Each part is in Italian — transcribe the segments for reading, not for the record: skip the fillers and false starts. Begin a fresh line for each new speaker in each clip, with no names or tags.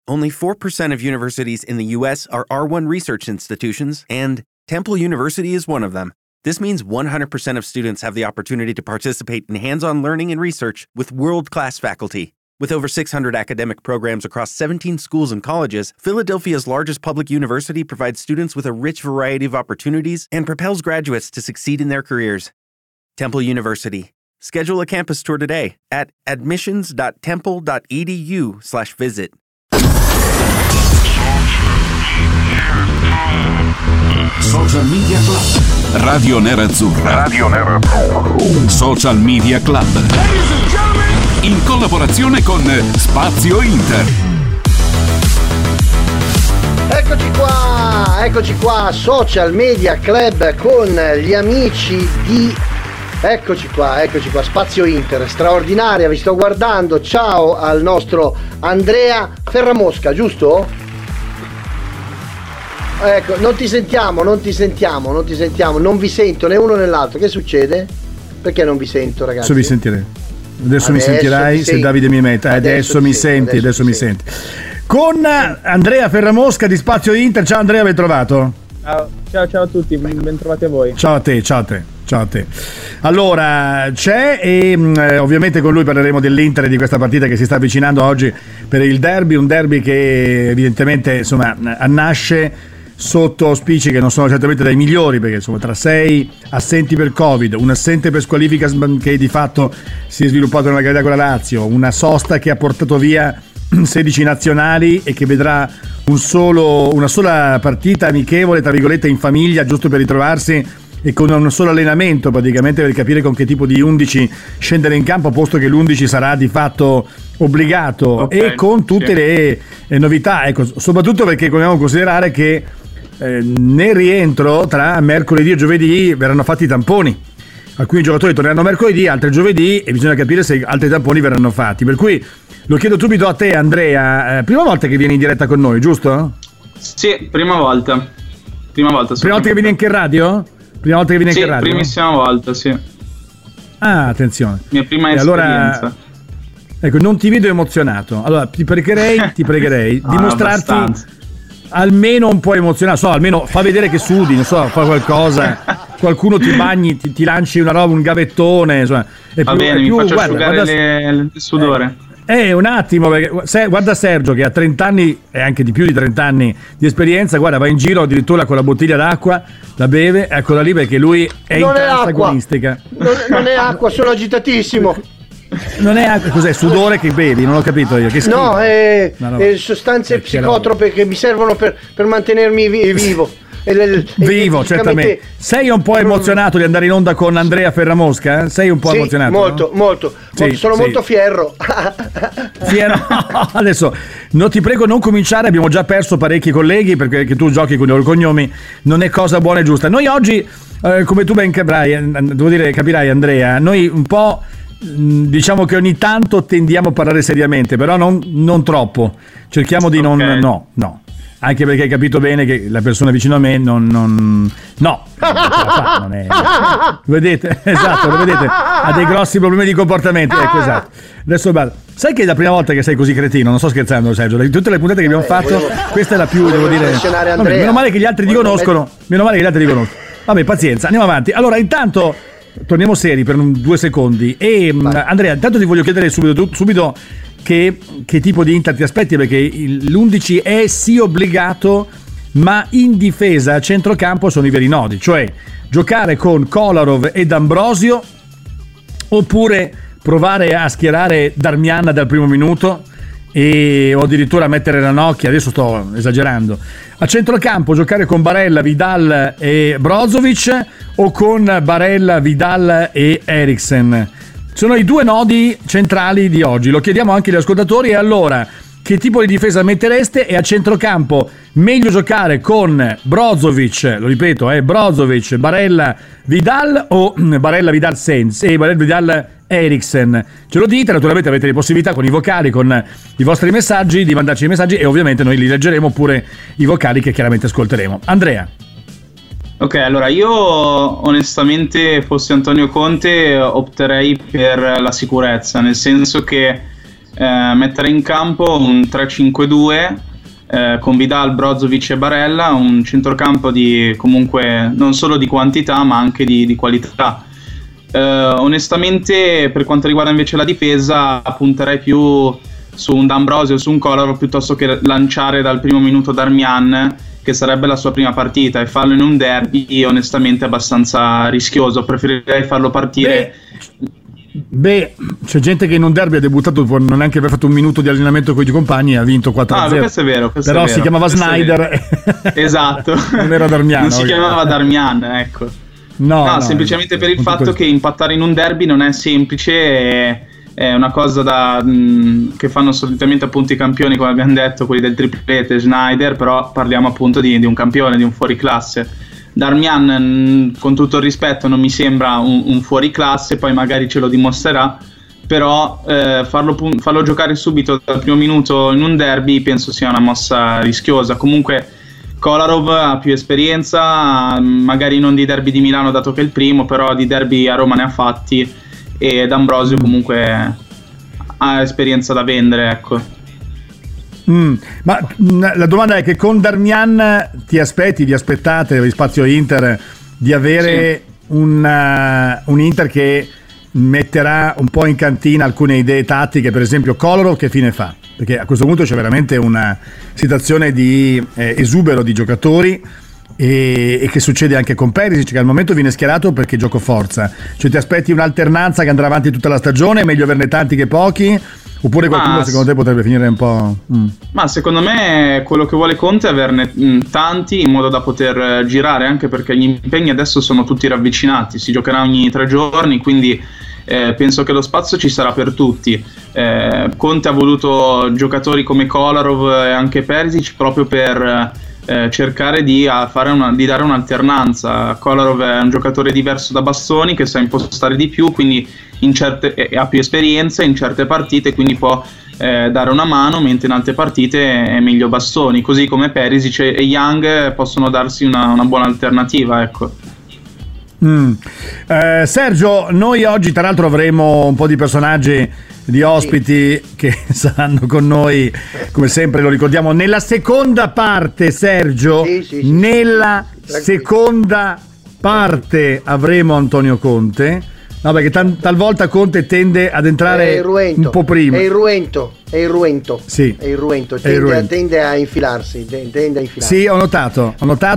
Only 4% of universities in the U.S. are R1 research institutions, and Temple University is one of them. This means 100% of students have the opportunity to participate in hands-on learning and research with world-class faculty. With over 600 academic programs across 17 schools and colleges, Philadelphia's largest public university provides students with a rich variety of opportunities and propels graduates to succeed in their careers. Temple University. Schedule a campus tour today at admissions.temple.edu/visit.
Social Media Club. Radio Nerazzurra. Radio Nerazzurra. Social Media Club. In collaborazione con Spazio Inter.
Eccoci qua, Social Media Club con gli amici di... Eccoci qua, Spazio Inter, straordinaria, vi sto guardando. Ciao al nostro Andrea Ferramosca, giusto? Ecco, non ti sentiamo, non vi sento né uno né l'altro. Che succede? Perché non vi sento, ragazzi?
Adesso vi sentirei. Adesso mi sentirai se Davide mi mette. Adesso mi senti. Con Andrea Ferramosca di Spazio Inter. Ciao Andrea, ben trovato.
Ciao a tutti, ben trovati a voi.
Ciao a te. Allora, c'è e ovviamente con lui parleremo dell'Inter e di questa partita che si sta avvicinando oggi per il derby, un derby che evidentemente insomma nasce sotto auspici che non sono certamente dai migliori, perché insomma tra 6 assenti per Covid, un assente per squalifica che di fatto si è sviluppato nella gara con la Lazio, una sosta che ha portato via 16 nazionali e che vedrà una sola partita amichevole tra virgolette in famiglia, giusto per ritrovarsi e con un solo allenamento praticamente per capire con che tipo di 11 scendere in campo, posto che l'11 sarà di fatto obbligato, e con tutte le novità, ecco, soprattutto perché dobbiamo considerare che nel rientro tra mercoledì e giovedì verranno fatti i tamponi. Alcuni giocatori torneranno mercoledì, altri giovedì, e bisogna capire se altri tamponi verranno fatti. Per cui lo chiedo subito a te, Andrea. Prima volta che vieni in diretta con noi, giusto?
Sì, prima volta. Prima volta
che vieni anche in radio?
Sì, primissima volta, sì.
Ah, attenzione.
Mia prima esperienza.
Allora, ecco, non ti vedo emozionato. Allora, ti pregherei dimostrarti abbastanza. Almeno un po' emozionato, almeno fa vedere che sudi, non so, fa qualcosa, qualcuno ti bagni, ti lanci una roba, un gavettone, insomma.
Va bene, mi faccio asciugare il sudore.
Un attimo, perché guarda Sergio che ha 30 anni e anche di più di 30 anni di esperienza, guarda, va in giro addirittura con la bottiglia d'acqua, la beve, eccola lì, perché lui è non in trance agonistica.
Non è acqua, sono agitatissimo.
Non è acqua, cos'è? Sudore che bevi? Non ho capito io. Che
no, è sostanze psicotrope che mi servono per mantenermi vivo.
Vivo, certamente. Sei un po' emozionato di andare in onda con Andrea Ferramosca? Sei un po' emozionato?
Molto. Sono molto fiero.
Adesso, ti prego non cominciare, abbiamo già perso parecchi colleghi perché tu giochi con i loro cognomi, non è cosa buona e giusta. Noi oggi, come tu ben capirai Andrea, noi un po'... diciamo che ogni tanto tendiamo a parlare seriamente, però non troppo, cerchiamo di no, anche perché hai capito bene che la persona vicino a me non è. Vedete, esatto, lo vedete, ha dei grossi problemi di comportamento, ecco, esatto. Adesso sai che è la prima volta che sei così cretino, non sto scherzando Sergio, di tutte le puntate che abbiamo fatto questa è la più, devo dire. Meno male che gli altri ti conoscono. Vabbè, pazienza, andiamo avanti. Allora, intanto torniamo seri per 2 secondi e Andrea, intanto ti voglio chiedere subito che tipo di Inter ti aspetti, perché l'11 è sì obbligato, ma in difesa a centrocampo sono i veri nodi, cioè giocare con Kolarov ed Ambrosio oppure provare a schierare Darmian dal primo minuto o addirittura mettere Ranocchia, adesso sto esagerando, a centrocampo giocare con Barella, Vidal e Brozovic o con Barella, Vidal e Eriksen. Sono i 2 nodi centrali di oggi, lo chiediamo anche agli ascoltatori. E allora, che tipo di difesa mettereste? E a centrocampo meglio giocare con Brozovic, lo ripeto, Brozovic, Barella, Vidal o Barella, Vidal, Barella, Vidal, Eriksen? Ce lo dite, naturalmente avete le possibilità con i vocali, con i vostri messaggi, di mandarci i messaggi e ovviamente noi li leggeremo, oppure i vocali che chiaramente ascolteremo. Andrea.
Ok, allora io onestamente, fossi Antonio Conte, opterei per la sicurezza, nel senso che mettere in campo un 3-5-2 con Vidal, Brozovic e Barella, un centrocampo di comunque non solo di quantità ma anche di qualità. Onestamente, per quanto riguarda invece la difesa, punterei più su un D'Ambrosio o su un Kolarov piuttosto che lanciare dal primo minuto Darmian, che sarebbe la sua prima partita, e farlo in un derby onestamente è abbastanza rischioso. Preferirei farlo partire.
Beh, c'è gente che in un derby ha debuttato dopo non neanche aver fatto un minuto di allenamento con i compagni e ha vinto 4-0.
Questo è vero.
Però si chiamava Snyder.
Esatto.
Non era Darmian.
Non si chiamava Darmian, ecco. No, semplicemente per il fatto che impattare in un derby non è semplice, è una cosa che fanno solitamente appunto i campioni, come abbiamo detto, quelli del triplete, Snyder, però parliamo appunto di un campione, di un fuoriclasse. Darmian, con tutto il rispetto, non mi sembra un fuoriclasse, poi magari ce lo dimostrerà, però farlo giocare subito dal primo minuto in un derby penso sia una mossa rischiosa. Comunque Kolarov ha più esperienza, magari non di derby di Milano dato che è il primo, però di derby a Roma ne ha fatti, e D'Ambrosio comunque ha esperienza da vendere, ecco.
Ma la domanda è che con Darmian vi aspettate Spazio Inter di avere un Inter che metterà un po' in cantina alcune idee tattiche, per esempio Kolarov che fine fa? Perché a questo punto c'è veramente una situazione di esubero di giocatori, e che succede anche con Perisic, che al momento viene schierato perché gioco forza. Cioè ti aspetti un'alternanza che andrà avanti tutta la stagione, è meglio averne tanti che pochi, oppure qualcuno secondo te potrebbe finire un po'?
Ma secondo me quello che vuole Conte è averne tanti in modo da poter girare, anche perché gli impegni adesso sono tutti ravvicinati, si giocherà ogni 3 giorni, quindi penso che lo spazio ci sarà per tutti. Conte ha voluto giocatori come Kolarov e anche Perisic proprio per cercare di dare un'alternanza. Kolarov è un giocatore diverso da Bastoni, che sa impostare di più, quindi ha più esperienza in certe partite, quindi può dare una mano, mentre in altre partite è meglio Bastoni, così come Perisic e Young possono darsi una buona alternativa, ecco.
Sergio, noi oggi tra l'altro avremo un po' di personaggi, di ospiti che saranno con noi, come sempre lo ricordiamo, nella seconda parte, Sergio. Nella seconda parte avremo Antonio Conte. No, perché talvolta Conte tende ad entrare un po' prima.
È irruento.
Sì.
È irruento. Tende a infilarsi.
Sì, ho notato.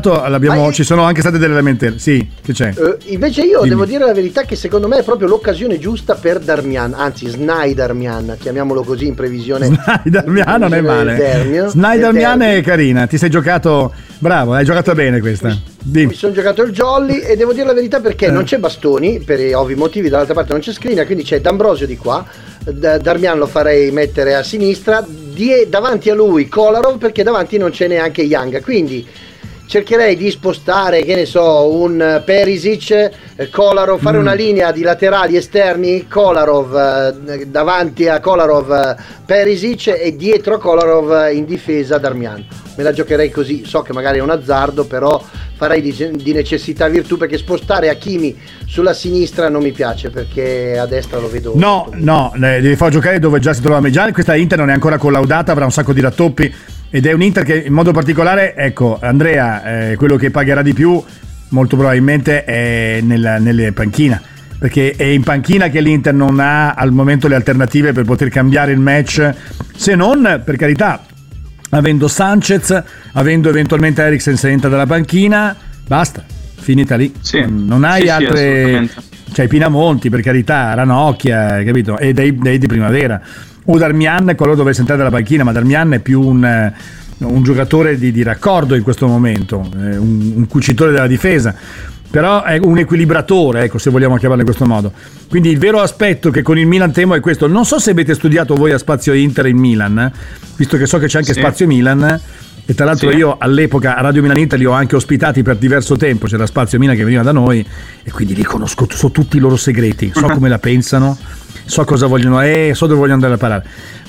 Ci sono anche state delle lamentele. Sì, che c'è?
Invece io devo dire la verità che secondo me è proprio l'occasione giusta per Darmian, anzi Snydermian, chiamiamolo così in previsione.
Snydermian non è male. Snydermian è carina. Ti sei giocato, bravo, hai giocato bene questa.
Mi sono giocato il jolly e devo dire la verità perché non c'è Bastoni per ovvi motivi, dall'altra parte non c'è Skriniar, quindi c'è D'Ambrosio di qua. Darmian lo farei mettere a sinistra, davanti a lui Kolarov, perché davanti non c'è neanche Young, quindi cercherei di spostare, che ne so, un Perisic, Kolarov, fare una linea di laterali esterni, Kolarov davanti a Kolarov Perisic e dietro a Kolarov in difesa Darmian. Me la giocherei così, so che magari è un azzardo, però farei di necessità virtù, perché spostare Hakimi sulla sinistra non mi piace, perché a destra lo vedo.
No, devi far giocare dove già si trova Già questa Inter non è ancora collaudata, avrà un sacco di rattoppi, ed è un Inter che in modo particolare, ecco Andrea, quello che pagherà di più molto probabilmente è nelle panchina, perché è in panchina che l'Inter non ha al momento le alternative per poter cambiare il match, se non, per carità, avendo Sanchez, avendo eventualmente Eriksen se entra dalla panchina, basta, finita lì.
Sì,
non hai altre. C'hai Pinamonti, per carità, Ranocchia, capito? E dei di primavera. O Darmian, qualora dovesse entrare dalla panchina, ma Darmian è più un giocatore di raccordo in questo momento, un cucitore della difesa. Però è un equilibratore, ecco, se vogliamo chiamarlo in questo modo. Quindi il vero aspetto che con il Milan temo è questo. Non so se avete studiato voi a Spazio Inter in Milan, visto che so che c'è anche Spazio Milan, e tra l'altro io all'epoca a Radio Milan Inter li ho anche ospitati per diverso tempo, c'era Spazio Milan che veniva da noi, e quindi li conosco, so tutti i loro segreti, so come la pensano, so cosa vogliono, so dove vogliono andare a parare.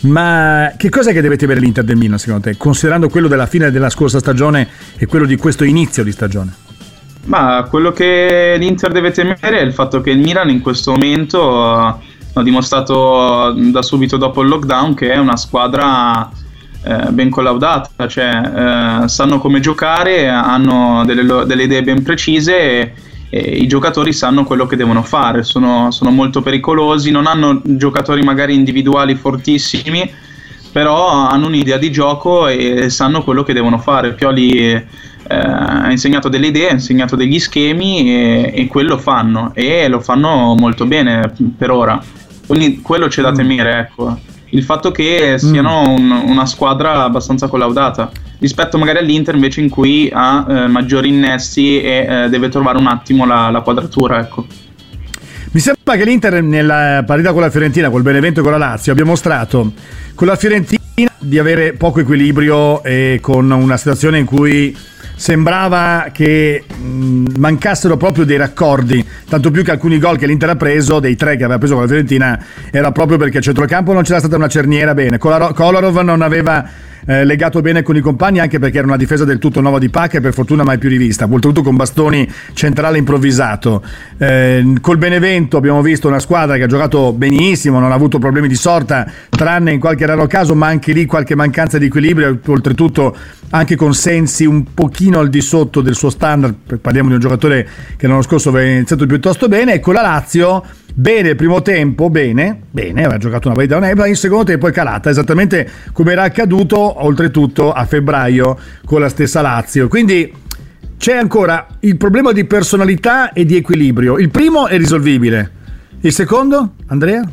Ma che cosa è che deve temere l'Inter del Milan secondo te, considerando quello della fine della scorsa stagione e quello di questo inizio di stagione?
Ma quello che l'Inter deve temere è il fatto che il Milan in questo momento hanno dimostrato da subito dopo il lockdown che è una squadra ben collaudata, cioè sanno come giocare, hanno delle idee ben precise e i giocatori sanno quello che devono fare, sono molto pericolosi, non hanno giocatori magari individuali fortissimi, però hanno un'idea di gioco e sanno quello che devono fare. Pioli ha insegnato delle idee, ha insegnato degli schemi e quello fanno, e lo fanno molto bene per ora, quindi quello c'è da temere, ecco, il fatto che siano una squadra abbastanza collaudata rispetto magari all'Inter invece, in cui ha maggiori innesti e deve trovare un attimo la quadratura, ecco.
Mi sembra che l'Inter nella partita con la Fiorentina, col Benevento e con la Lazio, abbia mostrato con la Fiorentina di avere poco equilibrio e con una situazione in cui sembrava che mancassero proprio dei raccordi, tanto più che alcuni gol che l'Inter ha preso, dei 3 che aveva preso con la Fiorentina, era proprio perché a centrocampo non c'era stata una cerniera bene, Kolarov non aveva legato bene con i compagni, anche perché era una difesa del tutto nuova di Pacca e per fortuna mai più rivista, oltretutto con Bastoni centrale improvvisato. Col Benevento abbiamo visto una squadra che ha giocato benissimo, non ha avuto problemi di sorta tranne in qualche raro caso, ma anche lì qualche mancanza di equilibrio, oltretutto anche con sensi un pochino al di sotto del suo standard. Parliamo di un giocatore che l'anno scorso aveva iniziato piuttosto bene, e con la Lazio bene il primo tempo, bene, aveva giocato una partita onesta, in secondo tempo è calata, esattamente come era accaduto oltretutto a febbraio con la stessa Lazio. Quindi c'è ancora il problema di personalità e di equilibrio. Il primo è risolvibile, il secondo, Andrea?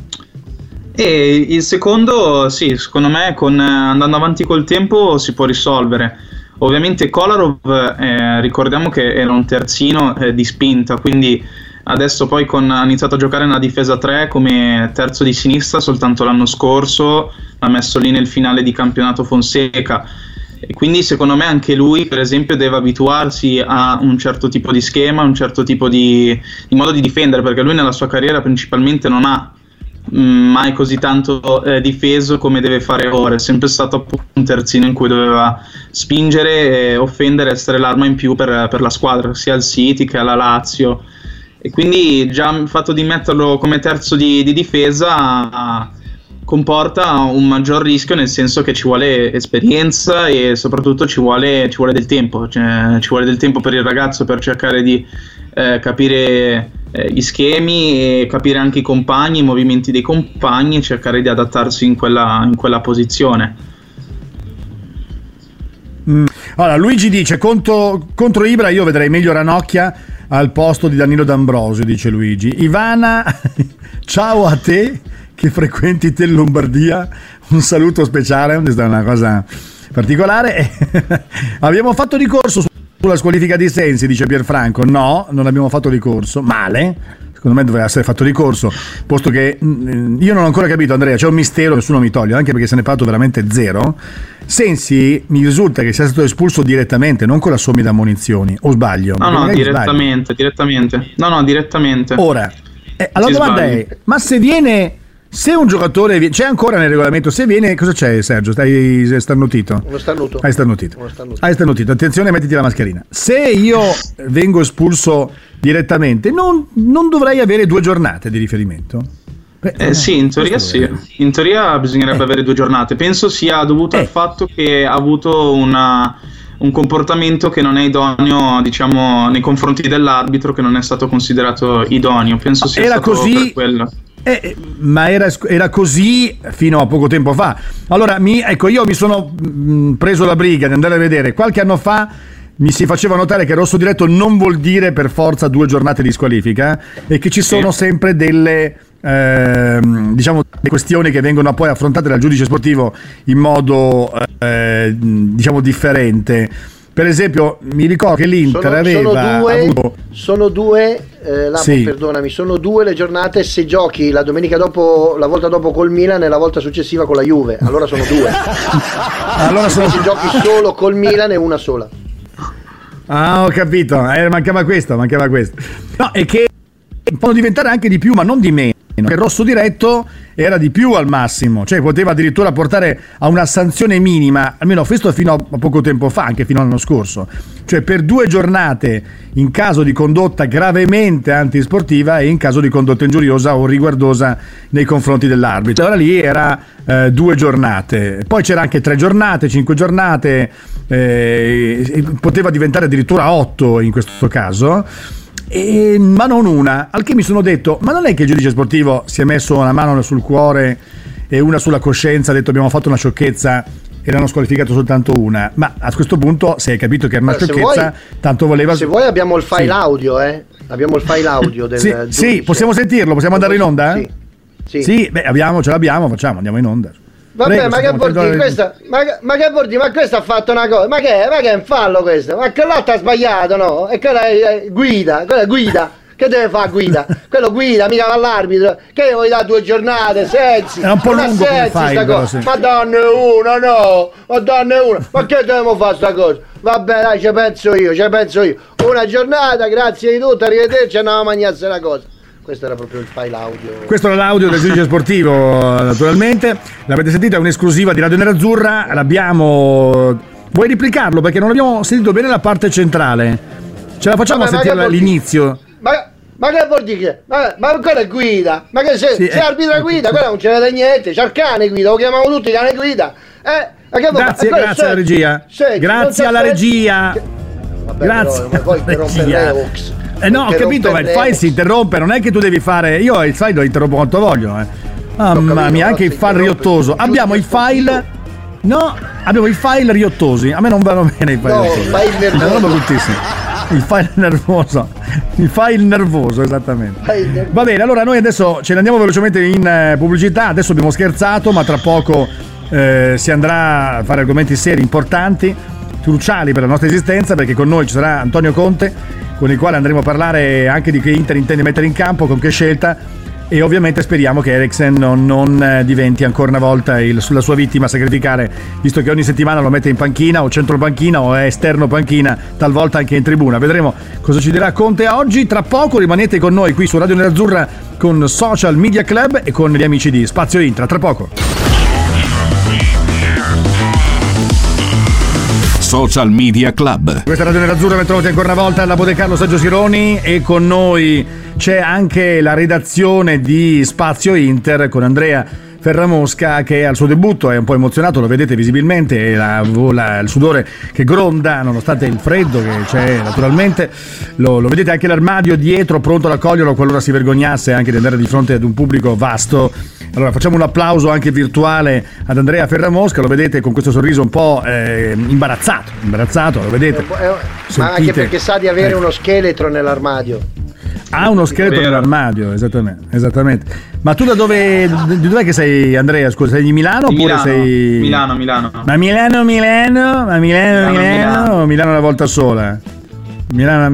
E il secondo, sì, secondo me andando avanti col tempo si può risolvere. Ovviamente Kolarov, ricordiamo che era un terzino di spinta, quindi adesso poi ha iniziato a giocare nella difesa 3 come terzo di sinistra soltanto l'anno scorso, l'ha messo lì nel finale di campionato Fonseca, e quindi secondo me anche lui per esempio deve abituarsi a un certo tipo di schema, un certo tipo di modo di difendere, perché lui nella sua carriera principalmente non ha mai così tanto difeso come deve fare ora, è sempre stato appunto un terzino in cui doveva spingere, offendere, essere l'arma in più per la squadra, sia al City che alla Lazio, e quindi già il fatto di metterlo come terzo di difesa comporta un maggior rischio, nel senso che ci vuole esperienza e soprattutto ci vuole del tempo, cioè, ci vuole del tempo per il ragazzo per cercare di capire gli schemi e capire anche i compagni, i movimenti dei compagni, e cercare di adattarsi in quella posizione.
Allora Luigi dice contro Ibra io vedrei meglio Ranocchia al posto di Danilo D'Ambrosio, dice Luigi. Ivana, ciao a te che frequenti te Lombardia, un saluto speciale, questa è una cosa particolare. Abbiamo fatto ricorso sulla squalifica di Sensi, dice Pierfranco. No, non abbiamo fatto ricorso, male, secondo me doveva essere fatto ricorso, posto che io non ho ancora capito, Andrea, c'è un mistero, nessuno mi toglie, anche perché se ne è parlato veramente zero. Sensi mi risulta che sia stato espulso direttamente, non con la somma di ammonizioni, o sbaglio?
No, direttamente. No, direttamente.
Ora, la domanda è, ma se un giocatore c'è ancora nel regolamento, se viene, cosa c'è Sergio? Stai starnutito?
Uno starnuto.
Hai starnutito, attenzione, mettiti la mascherina. Se io vengo espulso direttamente, non dovrei avere 2 giornate di riferimento?
Sì, in teoria sì. In teoria bisognerebbe avere 2 giornate. Penso sia dovuto al fatto che ha avuto un comportamento che non è idoneo, diciamo, nei confronti dell'arbitro, che non è stato considerato idoneo. Penso sia stato così, per quello.
Ma era così fino a poco tempo fa. Allora, io mi sono preso la briga di andare a vedere. Qualche anno fa mi si faceva notare che rosso diretto non vuol dire per forza 2 giornate di squalifica, e che ci sono sempre delle diciamo questioni che vengono poi affrontate dal giudice sportivo in modo diciamo differente. Per esempio mi ricordo che l'Inter
sono due perdonami, sono 2 le giornate se giochi la domenica dopo, la volta dopo col Milan e la volta successiva con la Juve, allora sono 2.
Allora
se giochi solo col Milan è una sola.
Ah, ho capito, mancava questo. No, è che possono diventare anche di più, ma non di meno. Il rosso diretto era di più al massimo, cioè poteva addirittura portare a una sanzione minima, almeno questo fino a poco tempo fa, anche fino all'anno scorso, cioè per 2 giornate in caso di condotta gravemente antisportiva e in caso di condotta ingiuriosa o riguardosa nei confronti dell'arbitro. Allora lì era 2 giornate, poi c'era anche 3 giornate, 5 giornate, poteva diventare addirittura 8 in questo caso. Ma non una, al che mi sono detto, ma non è che il giudice sportivo si è messo una mano sul cuore e una sulla coscienza, ha detto abbiamo fatto una sciocchezza e l'hanno squalificato soltanto una, ma a questo punto se hai capito che era una sciocchezza, tanto voleva...
Se vuoi abbiamo il file audio, abbiamo il file audio del
sì, possiamo sentirlo, possiamo andare in onda? Sì, beh, ce l'abbiamo, facciamo, andiamo in onda.
Vabbè, prego, ma che vuol dire questa? Ma che vuol dire? Ma questo ha fatto una cosa? Ma che è un fallo questo? Ma che l'altro ha sbagliato, no? E quella è guida, Che deve fare guida? Quello guida, mica va all'arbitro. Che gli vuoi dare 2 giornate? Sensi.
È un po' lungo come fai, però, sì.
Ma danne una, no! Ma che dobbiamo fare sta cosa? Vabbè, dai, ci penso io. Una giornata, grazie di tutto, arrivederci, andiamo a mangiarsi una cosa. Questo era proprio il file audio.
Questo era l'audio del giudice sportivo, naturalmente. L'avete sentito, è un'esclusiva di Radio Nerazzurra. L'abbiamo... Vuoi replicarlo? Perché non abbiamo sentito bene la parte centrale. Ce la facciamo a sentire all'inizio?
Ma che vuol dire? Ma quella è guida. Ma che se arbitra guida, quella non ce ne da niente. C'è il cane guida, lo chiamiamo tutti cane guida.
Grazie alla regia. Grazie alla regia.
Vabbè, grazie. Ma poi interrompere
no, ho capito, ma il file si interrompe, non è che tu devi fare. Io il file lo interrompo quanto voglio, Mamma mia, anche il file riottoso. Abbiamo i file. No, abbiamo i file riottosi. A me non vanno bene i file riottosi.
File nervoso.
Il file nervoso, esattamente. Va bene, allora noi adesso ce ne andiamo velocemente in pubblicità. Adesso abbiamo scherzato, ma tra poco si andrà a fare argomenti seri, importanti, cruciali per la nostra esistenza, perché con noi ci sarà Antonio Conte, con il quale andremo a parlare anche di che Inter intende mettere in campo, con che scelta, e ovviamente speriamo che Eriksen non diventi ancora una volta la sua vittima a sacrificare, visto che ogni settimana lo mette in panchina o centro panchina o è esterno panchina, talvolta anche in tribuna. Vedremo cosa ci dirà Conte oggi. Tra poco rimanete con noi qui su Radio Nerazzurra con Social Media Club e con gli amici di Spazio Intra. Tra poco.
Social Media Club.
Questa è Radio Nerazzurra, ben trovati ancora una volta alla Monte Carlo Sergio Sironi, e con noi c'è anche la redazione di Spazio Inter con Andrea Ferramosca, che al suo debutto è un po' emozionato, lo vedete visibilmente, il sudore che gronda nonostante il freddo che c'è naturalmente, lo vedete anche l'armadio dietro pronto ad accoglierlo qualora si vergognasse anche di andare di fronte ad un pubblico vasto. Allora facciamo un applauso anche virtuale ad Andrea Ferramosca, lo vedete con questo sorriso un po' imbarazzato, lo vedete.
Ma anche perché sa di avere uno scheletro nell'armadio.
Ha uno scheletro nell'armadio, esattamente. Ma tu da dov'è che sei, Andrea? Scusa, sei di Milano oppure sei...
Milano.
Ma Milano o Milano una volta sola? Milano.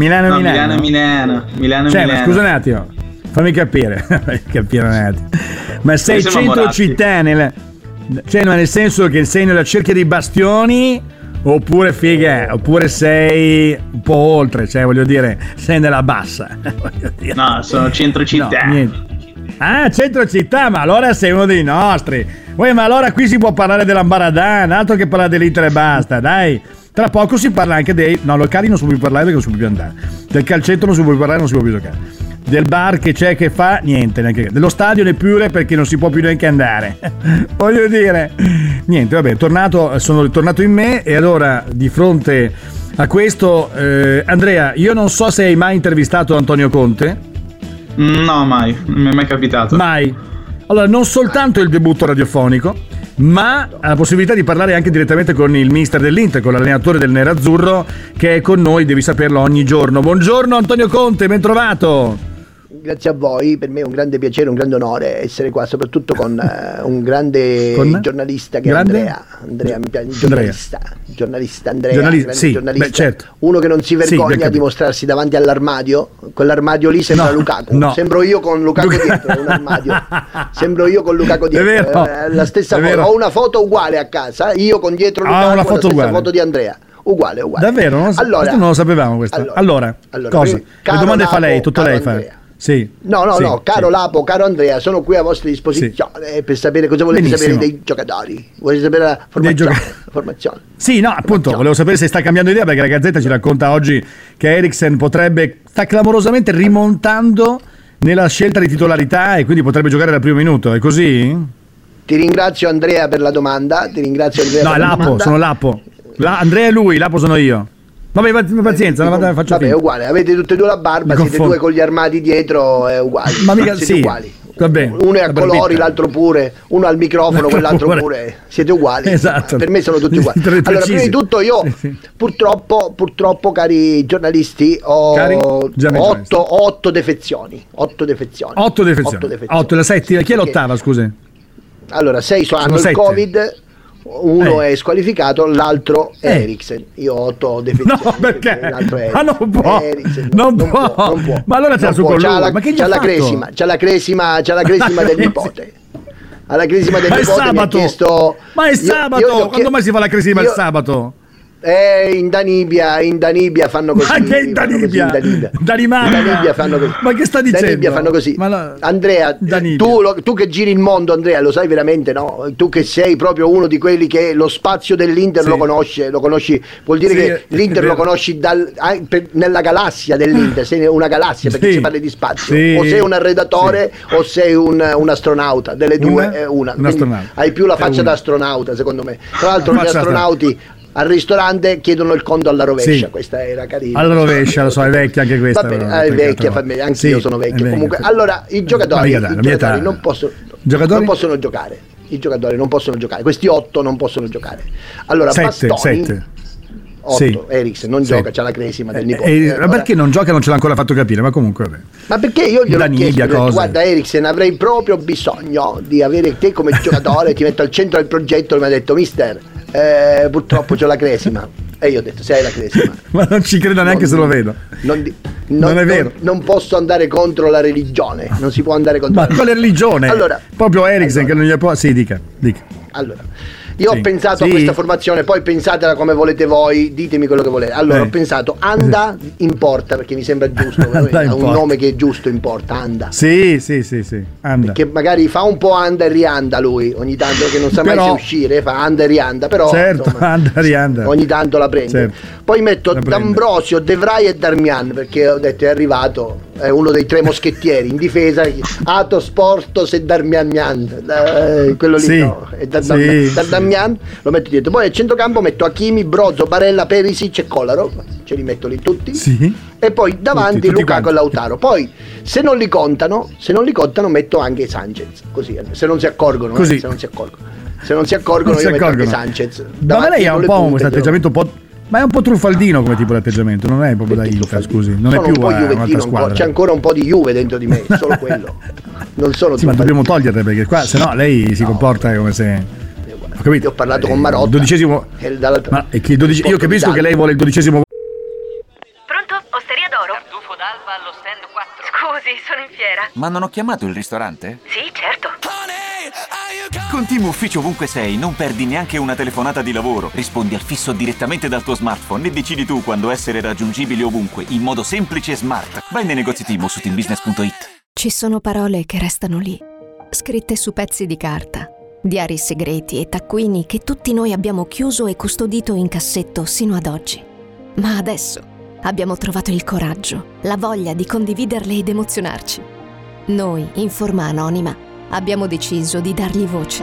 Cioè, ma scusa un attimo, fammi capire un attimo. Ma sei centro città cioè, ma nel senso che sei nella cerchia dei bastioni, oppure oppure sei un po' oltre, cioè voglio dire, sei nella bassa.
No, sono centro città.
No, centro città, ma allora sei uno dei nostri. Ma allora qui si può parlare dell'Ambaradan, altro che parlare dell'Inter e basta, dai. Tra poco si parla anche dei... No, locali non si può più parlare perché non si può più andare. Del calcetto non si può più parlare, non si può più giocare. Del bar che c'è che fa, niente, neanche. Dello stadio neppure, perché non si può più neanche andare. Voglio dire, niente, vabbè, sono ritornato in me, e allora di fronte a questo, Andrea, io non so se hai mai intervistato Antonio Conte.
No, mai, non mi è mai capitato.
Mai. Allora, non soltanto il debutto radiofonico, ma ha la possibilità di parlare anche direttamente con il mister dell'Inter, con l'allenatore del Nerazzurro, che è con noi, devi saperlo, ogni giorno. Buongiorno Antonio Conte, ben trovato.
Grazie a voi, per me è un grande piacere, un grande onore essere qua, soprattutto con un grande giornalista che è Andrea, mi piace, giornalista Andrea,
sì,
giornalista,
beh, certo.
Uno che non si vergogna di mostrarsi davanti all'armadio, quell'armadio lì sembra Lukaku, sembro io con Lukaku dietro, un armadio, sembro io con Lukaku dietro, la stessa foto, ho una foto uguale a casa, io con dietro Lukaku,
una foto
la stessa foto di Andrea. Uguale.
Davvero? Allora, questo non lo sapevamo questo. Allora cosa? Le domande fa lei, tutto lei fa. Sì.
No, caro Lapo, caro Andrea, sono qui a vostra disposizione per sapere cosa volete sapere dei giocatori. Volete sapere la formazione?
Sì, no, appunto, volevo sapere se sta cambiando idea, perché la Gazzetta ci racconta oggi che Eriksen sta clamorosamente rimontando nella scelta di titolarità e quindi potrebbe giocare dal primo minuto, è così?
Ti ringrazio Andrea per la domanda,
No, è Lapo, sono Lapo. Andrea è lui, Lapo sono io. Vabbè, pazienza, faccio
vabbè, è uguale, avete tutte e due la barba, siete due con gli armadi dietro, è uguale.
Ma mica
siete uguali.
Vabbè,
uno è a colori, l'altro pure, uno al microfono, quell'altro pure. Siete uguali.
Esatto.
Per me sono tutti uguali. Allora, prima di tutto io purtroppo, cari giornalisti, ho 8 defezioni. 8 defezioni.
8 la settima, chi è l'ottava, scusi?
Allora, 6 hanno il Covid. Uno è squalificato, l'altro è Eriksen. Io ho 8 defezioni.
No, perché?
L'altro è
ma non può. Non può. Ma allora c'è su con lui. Ma che
c'ha la cresima del nipote. Alla cresima del nipote mi ha chiesto.
Ma è sabato. Quando mai si fa la cresima il sabato?
In Danibia fanno così.
Ma che in Danibia?
Danibia fanno così.
Ma che sta dicendo?
Danibia fanno così. Andrea, tu che giri il mondo, Andrea, lo sai veramente, no? Tu che sei proprio uno di quelli che lo spazio dell'Inter lo conosci, vuol dire che l'Inter lo conosci nella galassia dell'Inter, sei una galassia perché si parla di spazio. O sei un arredatore o sei un astronauta, delle due è una. Hai più la faccia da astronauta, secondo me. Tra l'altro gli astronauti al ristorante chiedono il conto alla rovescia, questa era carina.
Alla rovescia, lo so, è vecchia anche questa.
Va bene, è vecchia, anch'io sono vecchio. Comunque, allora, i giocatori non possono giocare. I giocatori non possono giocare. Questi 8 non possono giocare. Allora,
7.
8, Eriksen non gioca, c'ha la cresima del nipote.
Ma perché non gioca? Non ce l'ha ancora fatto capire, ma comunque vabbè.
Ma perché io glielo ho chiesto, guarda Eriksen, avrei proprio bisogno di avere te come giocatore, ti metto al centro del progetto, e mi ha detto mister, purtroppo c'ho la cresima. E io ho detto, sei la cresima.
Ma non ci credo neanche se lo vedo. Non è vero.
Non posso andare contro la religione, non si può andare contro
ma quale religione?
Allora,
proprio Eriksen che non gli può. Sì, dica.
Allora, io ho pensato a questa formazione, poi pensatela come volete voi, ditemi quello che volete. Allora, ho pensato Anda in porta, perché mi sembra giusto, un nome che è giusto in porta, Anda.
Sì, Anda.
Perché magari fa un po' Anda e rianda lui, ogni tanto, che non sa mai se uscire, fa Anda e rianda, però
certo, insomma, Anda e rianda.
Ogni tanto la prende. Certo. Poi metto D'Ambrosio, De Vrij e Darmian, perché ho detto è arrivato, è uno dei 3 moschettieri in difesa, Atos, Portos e Darmian, quello lì no, è Darmian, lo metto dietro. Poi al centrocampo metto Hakimi, Brozo, Barella, Perisic e Kolarov, ce li metto lì tutti. E poi davanti tutti Lukaku e Lautaro. Poi se non li contano metto anche Sanchez, così se non si accorgono, se non si accorgono io metto anche Sanchez.
Ma lei ha un po' questo atteggiamento un po'. Ma è un po' truffaldino come tipo di atteggiamento, non è proprio da Inter, scusi. Non è più un po'
juventino, c'è ancora un po' di Juve dentro di me, solo quello. Non sono
ma dobbiamo toglierle perché qua sennò lei si comporta come se.
Ho capito. Ho parlato con Marotta.
12esimo. Io capisco che lei vuole il 12esimo.
Pronto? Osteria d'Oro? Tartufo d'Alba allo stand 4. Scusi, sono in fiera.
Ma non ho chiamato il ristorante?
Sì, certo.
Con Team Ufficio ovunque sei, non perdi neanche una telefonata di lavoro. Rispondi al fisso direttamente dal tuo smartphone e decidi tu quando essere raggiungibile ovunque, in modo semplice e smart. Vai nei negozi Team o su teambusiness.it.
Ci sono parole che restano lì, scritte su pezzi di carta, diari segreti e taccuini che tutti noi abbiamo chiuso e custodito in cassetto sino ad oggi. Ma adesso abbiamo trovato il coraggio, la voglia di condividerle ed emozionarci. Noi, in forma anonima, abbiamo deciso di dargli voce.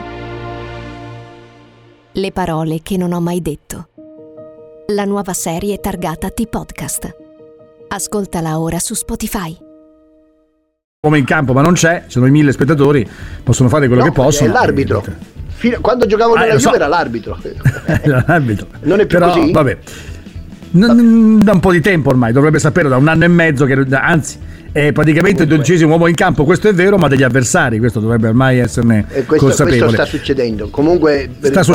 Le parole che non ho mai detto. La nuova serie targata T-Podcast. Ascoltala ora su Spotify.
Come in campo, ma non c'è, ci sono i 1000 spettatori, possono fare quello che possono.
È l'arbitro. Quando giocavo nella Juve era l'arbitro. Non è più così?
Vabbè. Da un po' di tempo ormai, dovrebbe saperlo, da 1 anno e mezzo, anzi è praticamente il 12esimo uomo in campo, questo è vero, ma degli avversari, questo dovrebbe ormai esserne consapevole.
Questo sta succedendo. Comunque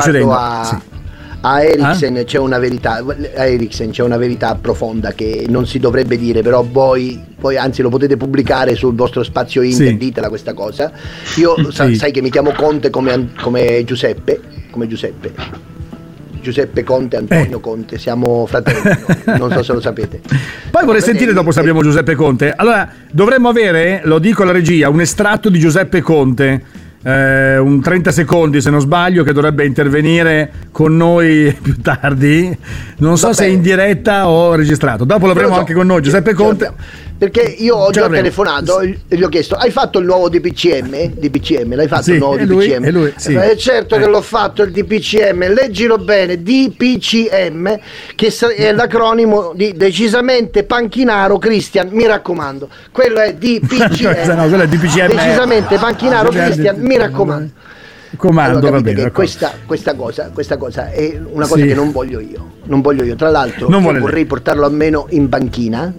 a Eriksen c'è una verità, a Eriksen c'è una verità profonda che non si dovrebbe dire, però voi anzi lo potete pubblicare sul vostro spazio Inter, ditela questa cosa. Io sai che mi chiamo Conte come Giuseppe Giuseppe Conte e Antonio Conte, siamo fratelli, non so se lo sapete.
Poi vorrei sentire dopo se abbiamo Giuseppe Conte. Allora, dovremmo avere, lo dico alla regia, un estratto di Giuseppe Conte, un 30 secondi se non sbaglio, che dovrebbe intervenire con noi più tardi. Non so se è in diretta o registrato. Dopo l'avremo anche con noi Giuseppe Conte.
Perché io oggi ho telefonato e gli ho chiesto: hai fatto il nuo DPCM? L'hai fatto il nuovo DPCM?
Lui, sì.
Certo che l'ho fatto il DPCM, leggilo bene, DPCM, che è l'acronimo di decisamente panchinaro Cristian, mi raccomando. Quello è DPCM.
No, quello è DPCM.
Decisamente panchinaro Cristian, mi raccomando.
Allora,
capite che questa cosa è una cosa che non voglio io. Tra l'altro vorrei portarlo almeno in banchina,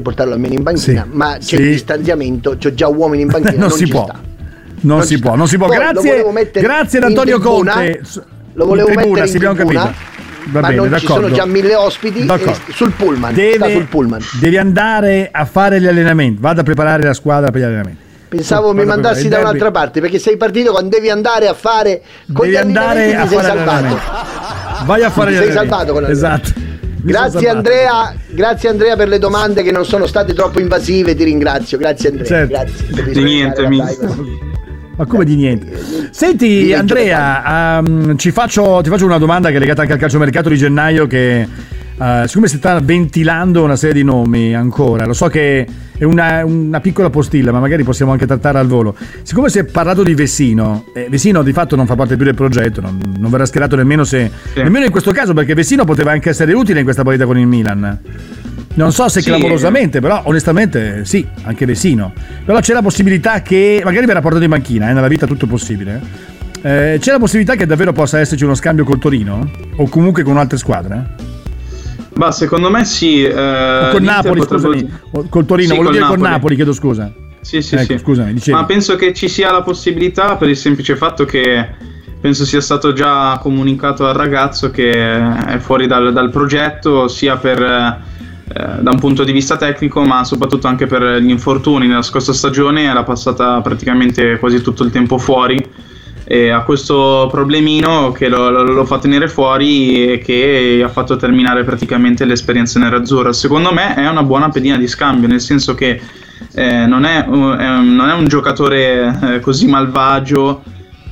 ma c'è il distanziamento, c'ho già uomini in banchina, non si può. Non si può.
Grazie ad Antonio Conte.
Lo volevo mettere in tribuna, ma non ci sono già 1000 ospiti sul pullman. Sta sul pullman.
Devi andare a fare gli allenamenti, vada a preparare la squadra per gli allenamenti.
Pensavo mi mandassi da un'altra parte, perché sei partito quando devi andare a fare con gli allenamenti, ti sei salvato.
Vai a fare gli allenamenti.
Sei salvato con
esatto.
Grazie Andrea per le domande che non sono state troppo invasive, ti ringrazio. Grazie Andrea.
Certo.
Grazie.
Di niente,
ma come di niente? Senti Andrea, ti faccio una domanda che è legata anche al calciomercato di gennaio, che siccome si sta ventilando una serie di nomi ancora, lo so che è una piccola postilla, ma magari possiamo anche trattare al volo. Siccome si è parlato di Vecino, Vecino di fatto non fa parte più del progetto, non verrà schierato nemmeno in questo caso, perché Vecino poteva anche essere utile in questa partita con il Milan. Non so se clamorosamente, però onestamente sì, anche Vecino. Però c'è la possibilità che magari verrà portato in banchina, nella vita tutto è possibile. C'è la possibilità che davvero possa esserci uno scambio col Torino o comunque con altre squadre?
Ma secondo me sì.
Con Napoli, scusami. Col Torino, volevo dire Napoli. Con Napoli, chiedo scusa.
Sì.
Scusami, dicevi.
Ma penso che ci sia la possibilità, per il semplice fatto che penso sia stato già comunicato al ragazzo che è fuori dal progetto, sia da un punto di vista tecnico, ma soprattutto anche per gli infortuni. Nella scorsa stagione era passata praticamente quasi tutto il tempo fuori, e ha questo problemino che lo fa tenere fuori e che gli ha fatto terminare praticamente l'esperienza nerazzurra. Secondo me è una buona pedina di scambio, nel senso che non è un giocatore così malvagio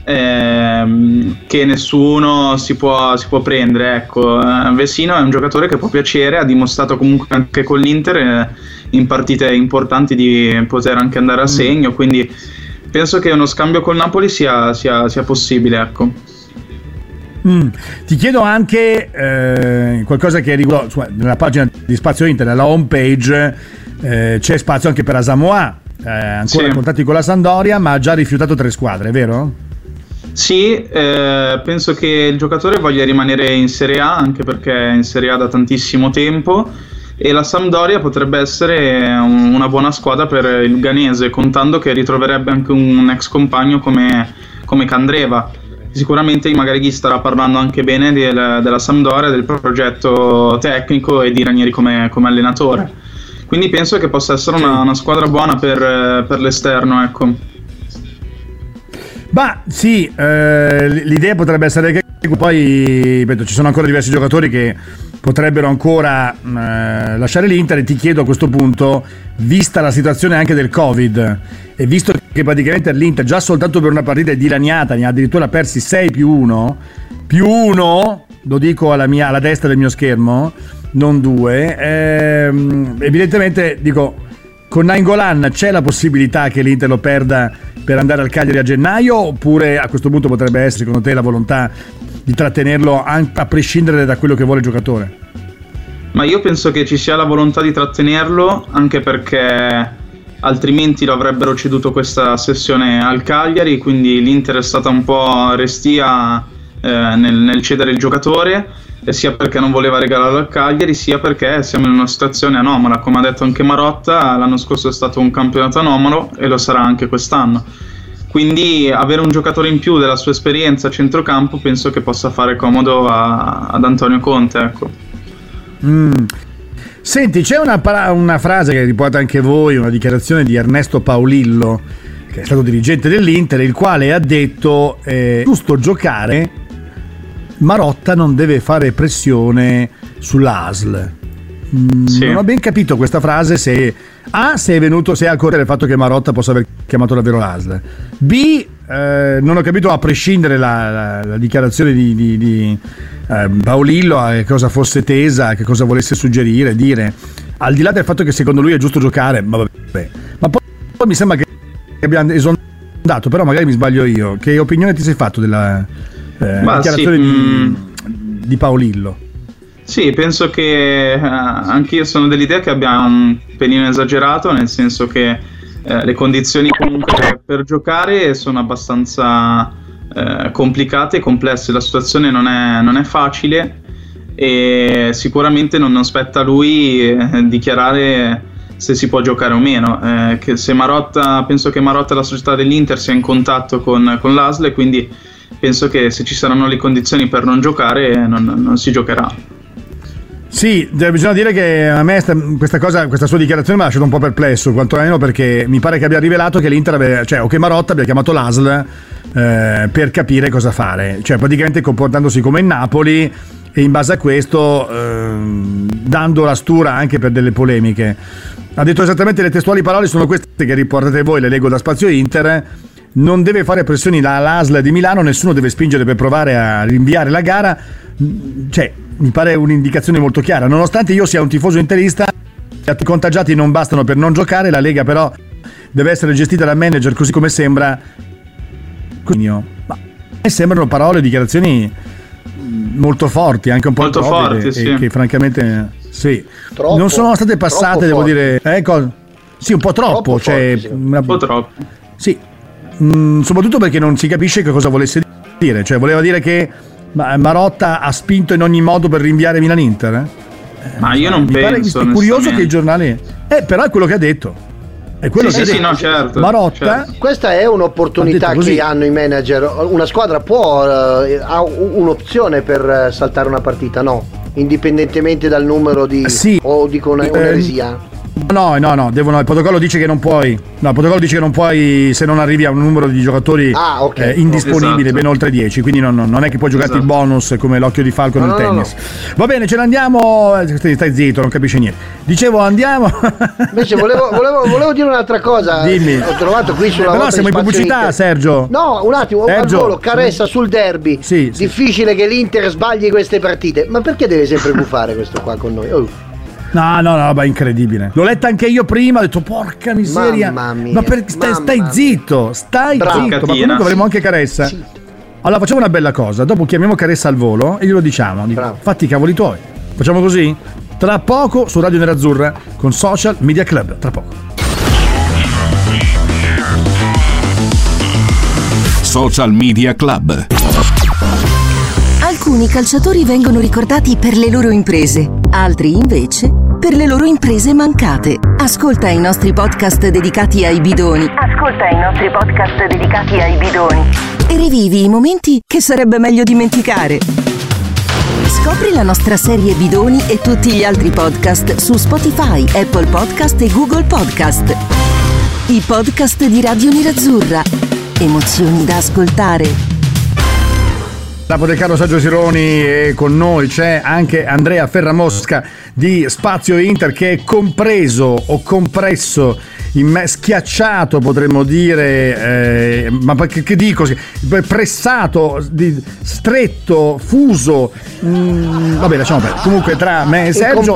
che nessuno si può prendere, ecco. Vecino è un giocatore che può piacere, ha dimostrato comunque anche con l'Inter in partite importanti di poter anche andare a segno, quindi penso che uno scambio col Napoli sia possibile, ecco.
Ti chiedo anche qualcosa che riguarda nella pagina di Spazio Inter, nella home page c'è spazio anche per Asamoah, ancora in contatti con la Sampdoria, ma ha già rifiutato 3 squadre, vero?
Sì, penso che il giocatore voglia rimanere in Serie A, anche perché è in Serie A da tantissimo tempo, e la Sampdoria potrebbe essere una buona squadra per il ghanese, contando che ritroverebbe anche un ex compagno come Candreva. Sicuramente magari gli starà parlando anche bene della Sampdoria, del progetto tecnico e di Ranieri come allenatore. Quindi penso che possa essere una squadra buona per l'esterno, ecco.
Ma sì, l'idea potrebbe essere che poi, ripeto, ci sono ancora diversi giocatori che potrebbero ancora lasciare l'Inter, e ti chiedo a questo punto, vista la situazione anche del Covid e visto che praticamente l'Inter già soltanto per una partita è dilaniata, ne ha addirittura persi 6+1, lo dico alla destra del mio schermo, non 2, evidentemente dico, con Nainggolan c'è la possibilità che l'Inter lo perda per andare al Cagliari a gennaio, oppure a questo punto potrebbe essere secondo te la volontà di trattenerlo a prescindere da quello che vuole il giocatore?
Ma io penso che ci sia la volontà di trattenerlo, anche perché altrimenti lo avrebbero ceduto questa sessione al Cagliari, quindi l'Inter è stata un po' restia nel cedere il giocatore, e sia perché non voleva regalarlo al Cagliari, sia perché siamo in una situazione anomala. Come ha detto anche Marotta, l'anno scorso è stato un campionato anomalo e lo sarà anche quest'anno, quindi avere un giocatore in più della sua esperienza a centrocampo penso che possa fare comodo ad Antonio Conte, ecco.
Senti, c'è una frase che riporta anche voi, una dichiarazione di Ernesto Paolillo, che è stato dirigente dell'Inter, il quale ha detto: è giusto giocare Marotta non deve fare pressione sull'ASL. Non ho ben capito questa frase, se è venuto, se è al correre del fatto che Marotta possa aver chiamato davvero l'ASL. B, non ho capito, a prescindere la dichiarazione di Paolillo, a che cosa fosse tesa, che cosa volesse suggerire, dire, al di là del fatto che secondo lui è giusto giocare, ma poi mi sembra che abbiamo esondato, però magari mi sbaglio io. Che opinione ti sei fatto della dichiarazione di Paolillo?
Sì, penso che anch'io sono dell'idea che abbia un pelino esagerato, nel senso che le condizioni comunque per giocare sono abbastanza complicate e complesse, la situazione non è facile e sicuramente non spetta a lui dichiarare se si può giocare o meno. Penso che Marotta e la società dell'Inter sia in contatto con l'ASL e quindi penso che se ci saranno le condizioni per non giocare non si giocherà.
Sì, bisogna dire che a me questa sua dichiarazione mi ha lasciato un po' perplesso, quantomeno perché mi pare che abbia rivelato che l'Inter o che Marotta abbia chiamato l'ASL per capire cosa fare, cioè praticamente comportandosi come in Napoli e in base a questo dando la stura anche per delle polemiche. Ha detto esattamente, le testuali parole sono queste che riportate voi, le leggo da Spazio Inter: non deve fare pressioni all'ASL di Milano, nessuno deve spingere per provare a rinviare la gara. Cioè, mi pare un'indicazione molto chiara. Nonostante io sia un tifoso interista, i contagiati non bastano per non giocare, la Lega però deve essere gestita dal manager, così come sembra. Ma sembrano parole, dichiarazioni molto forti, anche un po'
molto forti, sì.
Che francamente sì, non sono state passate, devo dire, sì, un po' troppo, un po' troppo. Sì, soprattutto perché non si capisce che cosa volesse dire, cioè voleva dire che Marotta ha spinto in ogni modo per rinviare Milan-Inter?
Ma io non penso.
È curioso che i giornali però è quello che ha detto. È quello che ha detto.
No, certo.
Marotta,
certo.
Questa è un'opportunità che hanno i manager. Una squadra ha un'opzione per saltare una partita, no? Indipendentemente dal numero di o dico un'eresia.
No, il protocollo dice che non puoi. No, il protocollo dice che non puoi se non arrivi a un numero di giocatori indisponibili,
esatto.
Ben oltre 10. Quindi non è che puoi giocarti il bonus come l'occhio di falco nel tennis. No. Va bene, ce ne andiamo. Stai zitto, non capisci niente. Dicevo, andiamo.
Invece volevo dire un'altra cosa.
Dimmi.
Ho trovato qui sulla
Però siamo in pubblicità,
Inter.
Sergio.
No, un attimo,
Sergio.
al volo, Caressa sul derby.
Sì.
Difficile che l'Inter sbagli queste partite. Ma perché deve sempre buffare questo qua con noi?
No, incredibile. L'ho letta anche io prima, ho detto porca miseria.
Mamma mia,
ma stai zitto,
Bravo,
zitto. Ma comunque avremo anche Caressa. Sì. Allora facciamo una bella cosa, dopo chiamiamo Caressa al volo e glielo diciamo. Fatti i cavoli tuoi. Facciamo così? Tra poco su Radio Nerazzurra con Social Media Club. Tra poco.
Social Media Club.
Alcuni calciatori vengono ricordati per le loro imprese, altri invece per le loro imprese mancate. Ascolta i nostri podcast dedicati ai bidoni. E rivivi i momenti che sarebbe meglio dimenticare. Scopri la nostra serie Bidoni e tutti gli altri podcast su Spotify, Apple Podcast e Google Podcast. I podcast di Radio Nerazzurra. Emozioni da ascoltare.
Dopo del caro Sergio Sironi e con noi c'è anche Andrea Ferramosca di Spazio Inter, che è compreso o compresso, schiacciato potremmo dire, ma che dico, pressato, stretto, fuso, vabbè lasciamo perdere. Comunque tra me e Sergio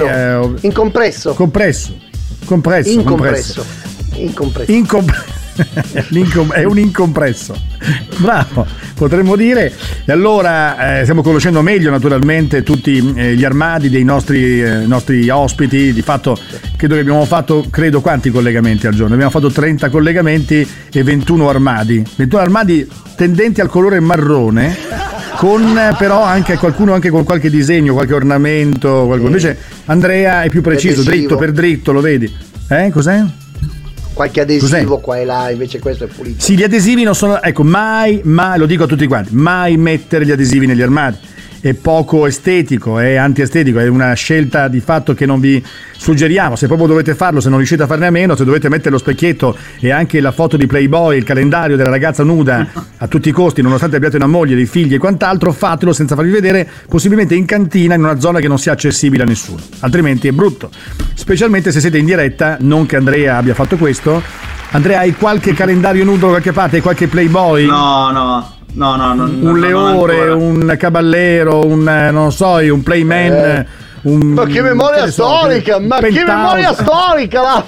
è un incompresso. Bravo, potremmo dire. E allora stiamo conoscendo meglio naturalmente tutti gli armadi dei nostri ospiti. Di fatto credo che abbiamo fatto quanti collegamenti al giorno? Abbiamo fatto 30 collegamenti e 21 armadi tendenti al colore marrone, con però anche qualcuno anche con qualche disegno, qualche ornamento, Invece Andrea è più preciso, dritto per dritto, lo vedi? Cos'è?
Qualche adesivo qua e là, invece questo è pulito.
Sì, gli adesivi non sono, mai, lo dico a tutti quanti, mai mettere gli adesivi negli armadi. è poco estetico, è antiestetico, è una scelta di fatto che non vi suggeriamo. Se proprio dovete farlo, se non riuscite a farne a meno, se dovete mettere lo specchietto e anche la foto di Playboy, il calendario della ragazza nuda a tutti i costi, nonostante abbiate una moglie, dei figli e quant'altro, fatelo senza farvi vedere, possibilmente in cantina, in una zona che non sia accessibile a nessuno, altrimenti è brutto, specialmente se siete in diretta. Non che Andrea abbia fatto questo. Andrea, hai qualche calendario nudo da qualche parte? Hai qualche Playboy?
No,
un leone, un caballero, non so, un playman.
Ma che memoria storica! Ma che memoria storica!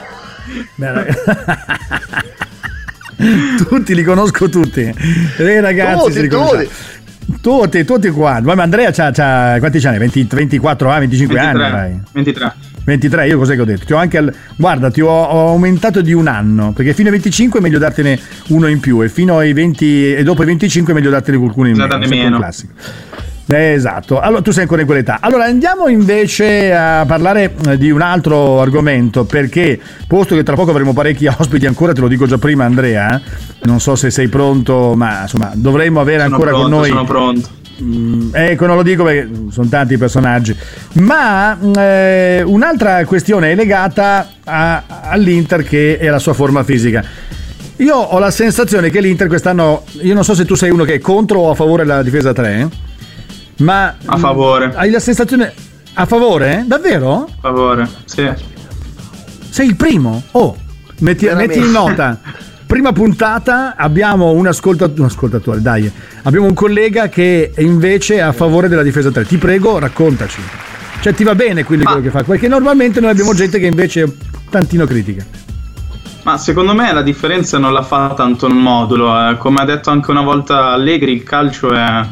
Tutti li conosco tutti. Ragazzi, si riconoscono. Tutti qua. Ma Andrea c'ha quanti anni? 24 anni, 25 anni? 23, io cos'è che ho detto? Guarda, ti ho aumentato di un anno, perché fino ai 25 è meglio dartene uno in più e fino ai 20 e dopo i 25 è meglio dartene qualcuno in meno. Un classico. Esatto, allora tu sei ancora in quell'età. Allora andiamo invece a parlare di un altro argomento, perché posto che tra poco avremo parecchi ospiti ancora, te lo dico già prima Andrea, non so se sei pronto, ma insomma dovremmo avere con noi.
Sono pronto.
Ecco, non lo dico perché sono tanti i personaggi, ma un'altra questione è legata all'Inter, che è la sua forma fisica. Io ho la sensazione che l'Inter quest'anno, io non so se tu sei uno che è contro o a favore della difesa 3, ma
a favore.
Hai la sensazione a favore? Davvero?
A favore, sì.
Sei il primo? Metti in nota. Prima puntata abbiamo un ascoltatore, dai, abbiamo un collega che invece è a favore della difesa 3. Ti prego, raccontaci. Cioè, ti va bene quindi quello che fa? Perché normalmente noi abbiamo gente che invece è un tantino critica.
Ma secondo me la differenza non la fa tanto il modulo. Come ha detto anche una volta Allegri, il calcio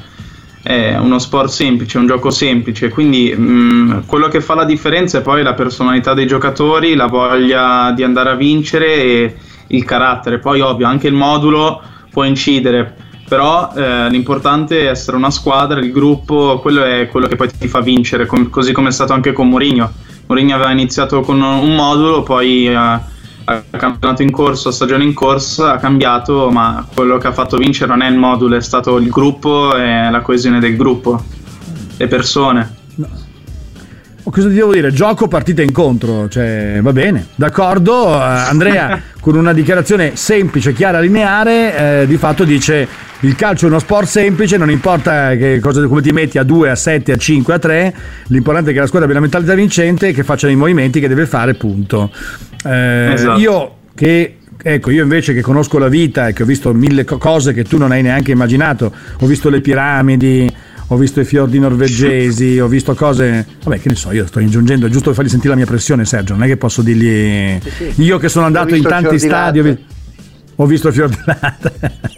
è uno sport semplice, un gioco semplice, quindi quello che fa la differenza è poi la personalità dei giocatori, la voglia di andare a vincere e il carattere. Poi ovvio anche il modulo può incidere, però l'importante è essere una squadra, il gruppo, quello è quello che poi ti fa vincere, così come è stato anche con Mourinho. Mourinho aveva iniziato con un modulo, poi a campionato in corso, a stagione in corsa ha cambiato, ma quello che ha fatto vincere non è il modulo, è stato il gruppo e la coesione del gruppo, le persone.
Cosa ti devo dire? Gioco, partita, incontro, cioè va bene, d'accordo. Andrea con una dichiarazione semplice, chiara, lineare, di fatto dice: il calcio è uno sport semplice, non importa come ti metti a 2, a 7, a 5, a 3, l'importante è che la squadra abbia la mentalità vincente e che faccia i movimenti che deve fare, punto. Esatto. Io invece che conosco la vita e che ho visto mille cose che tu non hai neanche immaginato, ho visto le piramidi, ho visto i fiordi norvegesi, ho visto cose, vabbè, che ne so, io sto aggiungendo, è giusto per fargli sentire la mia pressione, Sergio, non è che posso dirgli io che sono andato in tanti stadi, ho visto il fior di latte.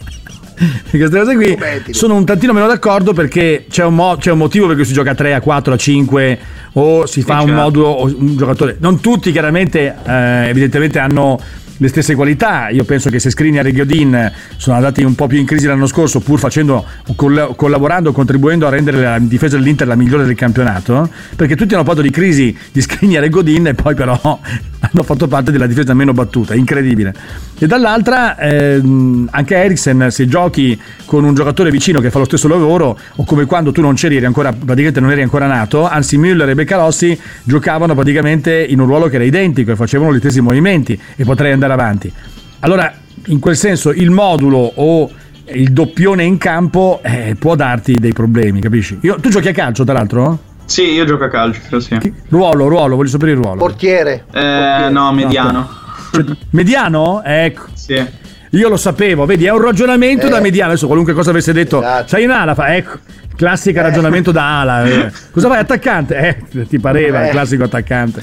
Queste cose qui sono un tantino meno d'accordo, perché c'è un motivo per cui si gioca a 3, a 4, a 5 o si fa un modulo o un giocatore. Non tutti chiaramente evidentemente hanno le stesse qualità. Io penso che se Skriniar e Godin sono andati un po' più in crisi l'anno scorso, pur collaborando, contribuendo a rendere la difesa dell'Inter la migliore del campionato, perché tutti hanno parlato di crisi di Skriniar e Godin e poi però hanno fatto parte della difesa meno battuta, incredibile. E dall'altra anche Eriksen, se giochi con un giocatore vicino che fa lo stesso lavoro, o come quando tu non c'eri, praticamente non eri ancora nato, anzi Müller e Beccalossi giocavano praticamente in un ruolo che era identico e facevano gli stessi movimenti, e potrei andare avanti. Allora, in quel senso, il modulo o il doppione in campo può darti dei problemi, capisci? Tu giochi a calcio, tra l'altro?
Sì, io gioco a calcio, sì.
Ruolo, voglio sapere il ruolo.
Portiere.
No, mediano.
Mediano? Ecco.
Sì.
Io lo sapevo, vedi, è un ragionamento da mediano. Adesso qualunque cosa avesse detto, sei in ala, ecco, classico ragionamento da ala. Cosa fai, attaccante? Ti pareva il classico attaccante.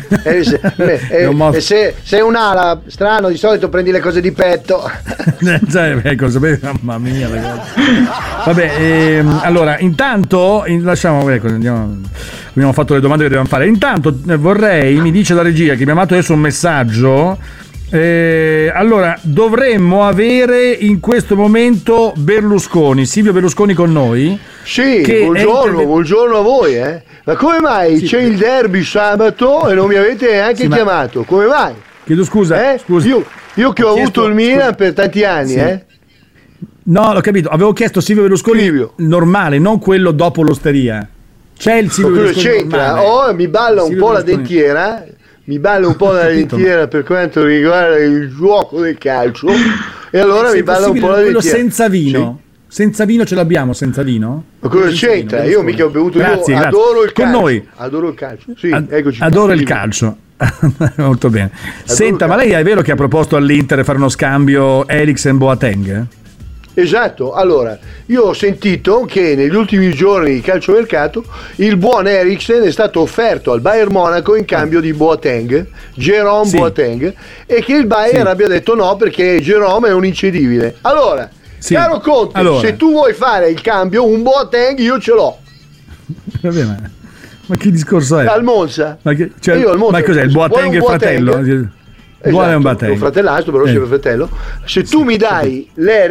Se sei un'ala, strano, di solito prendi le cose di petto.
Ecco, mamma mia, vabbè, allora intanto lasciamo, abbiamo fatto le domande che dobbiamo fare. Intanto mi dice la regia che mi ha mandato adesso un messaggio. Allora, dovremmo avere in questo momento Silvio Berlusconi con noi.
Sì, buongiorno a voi, Ma come mai c'è il derby sabato e non mi avete neanche chiamato? Come mai?
Chiedo scusa.
Io che ho avuto il Milan per tanti anni,
No, l'ho capito, avevo chiesto Silvio Berlusconi normale, non quello dopo l'osteria. C'è il Silvio Berlusconi
c'entra? Mi balla un po' la dentiera. Mi balla un po' la dentiera per quanto riguarda il gioco del calcio. E allora mi balla un po' la dentiera.
Senza vino. Sì. Senza vino ce l'abbiamo, senza vino?
Ma cosa c'entra? Io mica ho bevuto,
grazie.
Adoro il calcio.
Con noi.
Adoro il calcio. Sì, eccoci.
Adoro il calcio. Molto bene. Senta, ma lei è vero che ha proposto all'Inter fare uno scambio Eriksen-Boateng?
Esatto, allora io ho sentito che negli ultimi giorni di calciomercato il buon Eriksen è stato offerto al Bayern Monaco in cambio di Boateng, Jerome Boateng, e che il Bayern abbia detto no perché Jerome è un incedibile. Allora, caro Conte, se tu vuoi fare il cambio, un Boateng io ce l'ho.
Vabbè, ma che discorso è?
Al Monza.
Ma cos'è il Boateng il fratello?
Esatto, un fratellastro, però sempre fratello. Se tu mi dai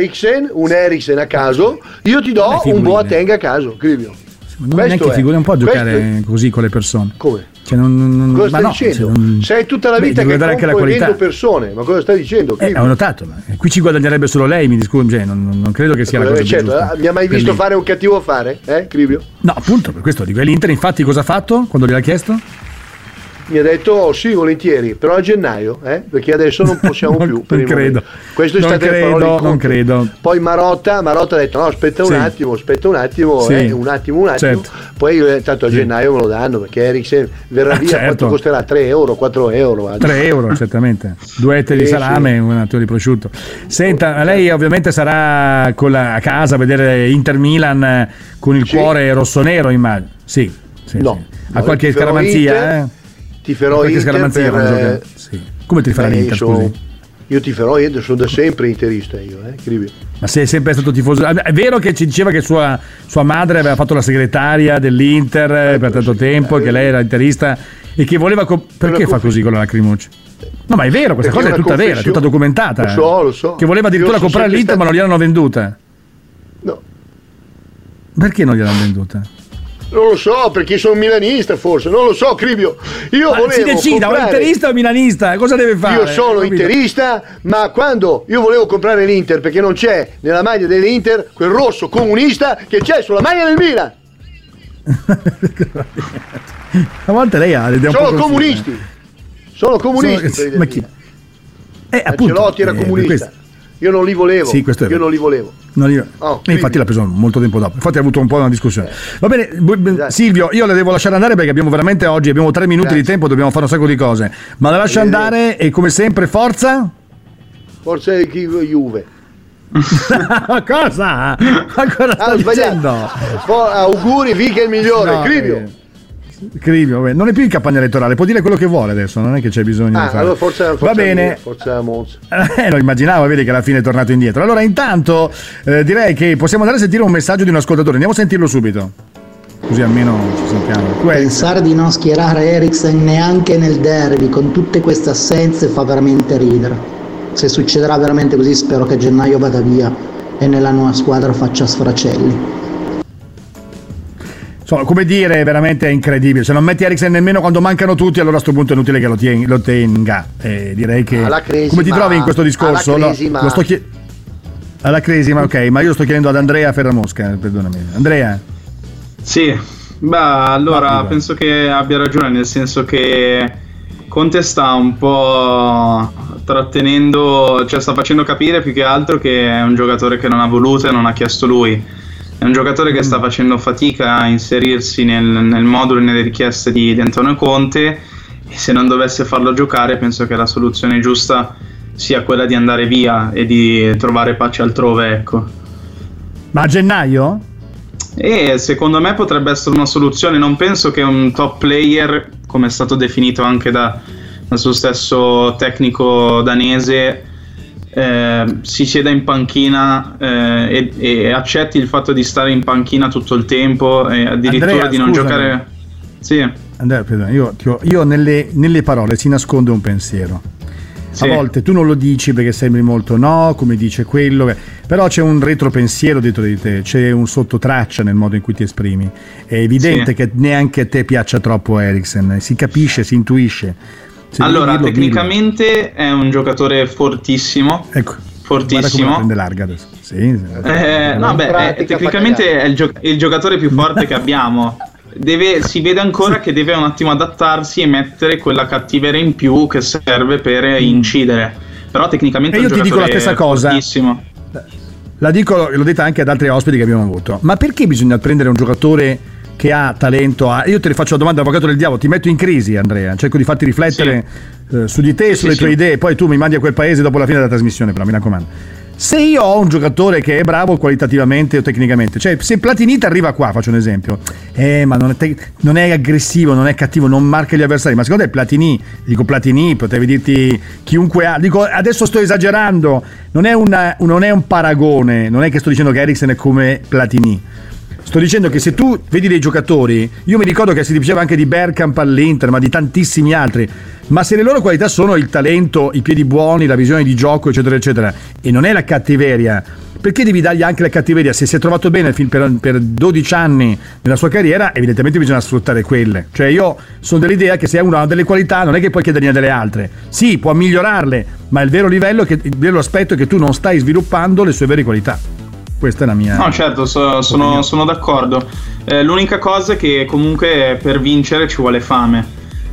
un Eriksen a caso, io ti do un Boateng a caso, Cribio.
Non è neanche figura, un po' giocare così con le persone.
Come?
Cioè
cosa stai dicendo? Sei tutta la vita che compro e vendo persone, ma cosa stai dicendo?
Ho notato, ma qui ci guadagnerebbe solo lei, mi scusi, non credo che sia la cosa giusta.
Mi ha mai visto fare un cattivo affare, Cribio?
No, appunto, per questo dico, l'Inter infatti cosa ha fatto quando gliel'ha chiesto?
Mi ha detto sì, volentieri, però a gennaio, perché adesso non possiamo più.
Non credo.
Questo è stato il parole
non credo.
Poi Marotta ha detto no, aspetta un attimo, un attimo.
Certo.
Poi tanto a gennaio me lo danno perché Eriksen verrà via, quanto costerà? 3 euro, 4 euro.
3 euro, certamente. 2 etti di salame e un attimo di prosciutto. Senta, lei ovviamente sarà a casa a vedere Inter Milan con il cuore rossonero, immagino. Sì.
No.
Ha qualche scaramanzia,
Tiferò Inter
Come ti farà l'Inter, scusi?
Io tiferò Inter, sono da sempre interista io,
Ma sei sempre stato tifoso? È vero che ci diceva che sua madre aveva fatto la segretaria dell'Inter per tanto tempo, che lei era interista e che voleva perché fa così con la lacrimuccia? No, ma è vero, questa cosa è tutta vera, è tutta documentata.
Lo so.
Che voleva addirittura comprare l'Inter ma non gliel'hanno venduta.
No.
Perché non gliel'hanno venduta?
Non lo so, perché sono milanista forse, non lo so, Cribio. Io volevo
si decida, o interista o milanista, cosa deve fare?
Io sono interista, ma quando io volevo comprare l'Inter, perché non c'è nella maglia dell'Inter quel rosso comunista che c'è sulla maglia del Milan.
A volte lei ha idee un po'
comunisti. Sono comunisti.
Ma chi?
Ancelotti era comunista. Io non li volevo.
Sì, questo è vero.
Io non li volevo.
Infatti l'ha preso molto tempo dopo. Infatti ha avuto un po' una discussione. Va bene, Silvio, io le devo lasciare andare perché abbiamo veramente oggi 3 minuti di tempo, dobbiamo fare un sacco di cose. Ma la lascio andare e come sempre forza?
Forza di Juve.
Cosa? Ancora sto dicendo?
Auguri, Vica il migliore,
Cribio, non è più in campagna elettorale, può dire quello che vuole adesso, non è che c'è bisogno di fare.
Allora forza
va bene.
Forza Monza.
Lo immaginavo, vedi che alla fine è tornato indietro. Allora intanto direi che possiamo andare a sentire un messaggio di un ascoltatore, andiamo a sentirlo subito. Così almeno ci sentiamo.
Pensare di non schierare Eriksen neanche nel derby con tutte queste assenze fa veramente ridere. Se succederà veramente così spero che a gennaio vada via e nella nuova squadra faccia sfracelli.
Come dire, veramente è incredibile. Se non metti Eriksen nemmeno quando mancano tutti, allora a sto punto è inutile che lo tenga. Direi che come ti trovi in questo discorso? Lo sto alla Cresima, ok, ma io lo sto chiedendo ad Andrea Ferramosca, perdonami. Andrea?
Sì, allora penso che abbia ragione, nel senso che Conte sta un po' trattenendo, cioè sta facendo capire più che altro che è un giocatore che non ha voluto e non ha chiesto lui. È un giocatore che sta facendo fatica a inserirsi nel modulo e nelle richieste di Antonio Conte, e se non dovesse farlo giocare penso che la soluzione giusta sia quella di andare via e di trovare pace altrove, ecco.
Ma a gennaio?
Secondo me potrebbe essere una soluzione. Non penso che un top player, come è stato definito anche dal suo stesso tecnico danese, si sieda in panchina e accetti il fatto di stare in panchina tutto il tempo e addirittura Andrea, di non giocare. Sì.
Andrea, io nelle parole si nasconde un pensiero. Sì. A volte tu non lo dici perché sembri molto come dice quello, però c'è un retropensiero dietro di te, c'è un sottotraccia nel modo in cui ti esprimi. È evidente che neanche a te piaccia troppo Eriksen, si capisce, si intuisce.
Allora, tecnicamente è un giocatore fortissimo, fortissimo.
Prende larga adesso. Sì.
Tecnicamente è il giocatore più forte che abbiamo. Si vede ancora che deve un attimo adattarsi e mettere quella cattiveria in più che serve per incidere. Però tecnicamente
io ti dico la stessa cosa.
Fortissimo.
L'ho detta anche ad altri ospiti che abbiamo avuto. Ma perché bisogna prendere un giocatore che ha talento? Io te ne faccio la domanda, avvocato del diavolo, ti metto in crisi, Andrea, cerco di farti riflettere su di te e sulle tue idee, poi tu mi mandi a quel paese dopo la fine della trasmissione, però mi raccomando. Se io ho un giocatore che è bravo qualitativamente o tecnicamente, cioè se Platini arriva qua, faccio un esempio, ma non è aggressivo, non è cattivo, non marca gli avversari, ma secondo te Platini, potevi dirti chiunque ha, dico adesso sto esagerando, non è un paragone, non è che sto dicendo che Eriksen è come Platini. Sto dicendo che se tu vedi dei giocatori, io mi ricordo che si diceva anche di Bergkamp all'Inter, ma di tantissimi altri, ma se le loro qualità sono il talento, i piedi buoni, la visione di gioco, eccetera, eccetera, e non è la cattiveria, perché devi dargli anche la cattiveria? Se si è trovato bene per 12 anni nella sua carriera, evidentemente bisogna sfruttare quelle. Cioè io sono dell'idea che se uno ha delle qualità non è che puoi chiedergli delle altre. Sì, può migliorarle, ma il vero aspetto è che tu non stai sviluppando le sue vere qualità. Questa è la mia.
No, certo, sono d'accordo. L'unica cosa è che comunque per vincere ci vuole fame.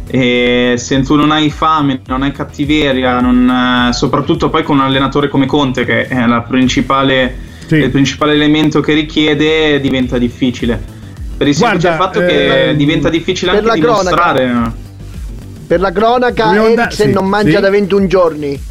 E se tu non hai fame, non hai cattiveria, soprattutto poi con un allenatore come Conte, che è il principale elemento che richiede, diventa difficile. Per il semplice fatto che diventa difficile anche dimostrare. Per la cronaca,
Eriksen non mangia da 21 giorni.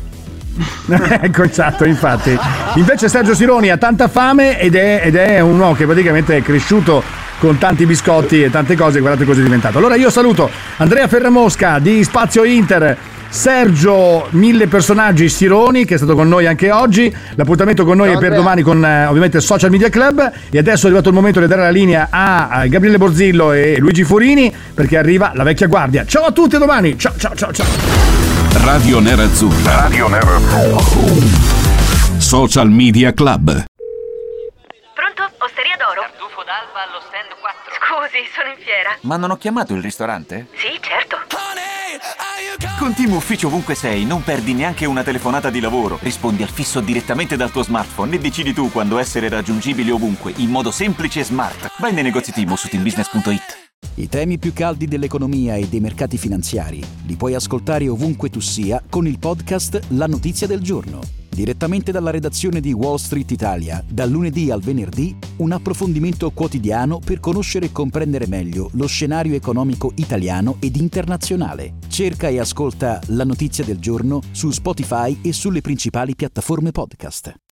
Ecco, esatto, infatti. Invece Sergio Sironi ha tanta fame ed è uno che praticamente è cresciuto con tanti biscotti e tante cose, guardate cosa è diventato. Allora io saluto Andrea Ferramosca di Spazio Inter, Sergio Mille Personaggi Sironi, che è stato con noi anche oggi. L'appuntamento con noi è per domani con ovviamente Social Media Club, e adesso è arrivato il momento di dare la linea a Gabriele Borzillo e Luigi Furini, perché arriva la vecchia guardia. Ciao a tutti, a domani. Ciao.
Radio Nerazzurra. Social Media Club.
Pronto? Osteria d'Oro? Tartufo d'Alba allo stand 4. Scusi, sono in fiera.
Ma non ho chiamato il ristorante?
Sì, certo.
Con Team Ufficio ovunque sei, non perdi neanche una telefonata di lavoro. Rispondi al fisso direttamente dal tuo smartphone e decidi tu quando essere raggiungibile ovunque, in modo semplice e smart. Vai nei negozi Team o su teambusiness.it.
I temi più caldi dell'economia e dei mercati finanziari li puoi ascoltare ovunque tu sia con il podcast La Notizia del Giorno. Direttamente dalla redazione di Wall Street Italia, dal lunedì al venerdì, un approfondimento quotidiano per conoscere e comprendere meglio lo scenario economico italiano ed internazionale. Cerca e ascolta La Notizia del Giorno su Spotify e sulle principali piattaforme podcast.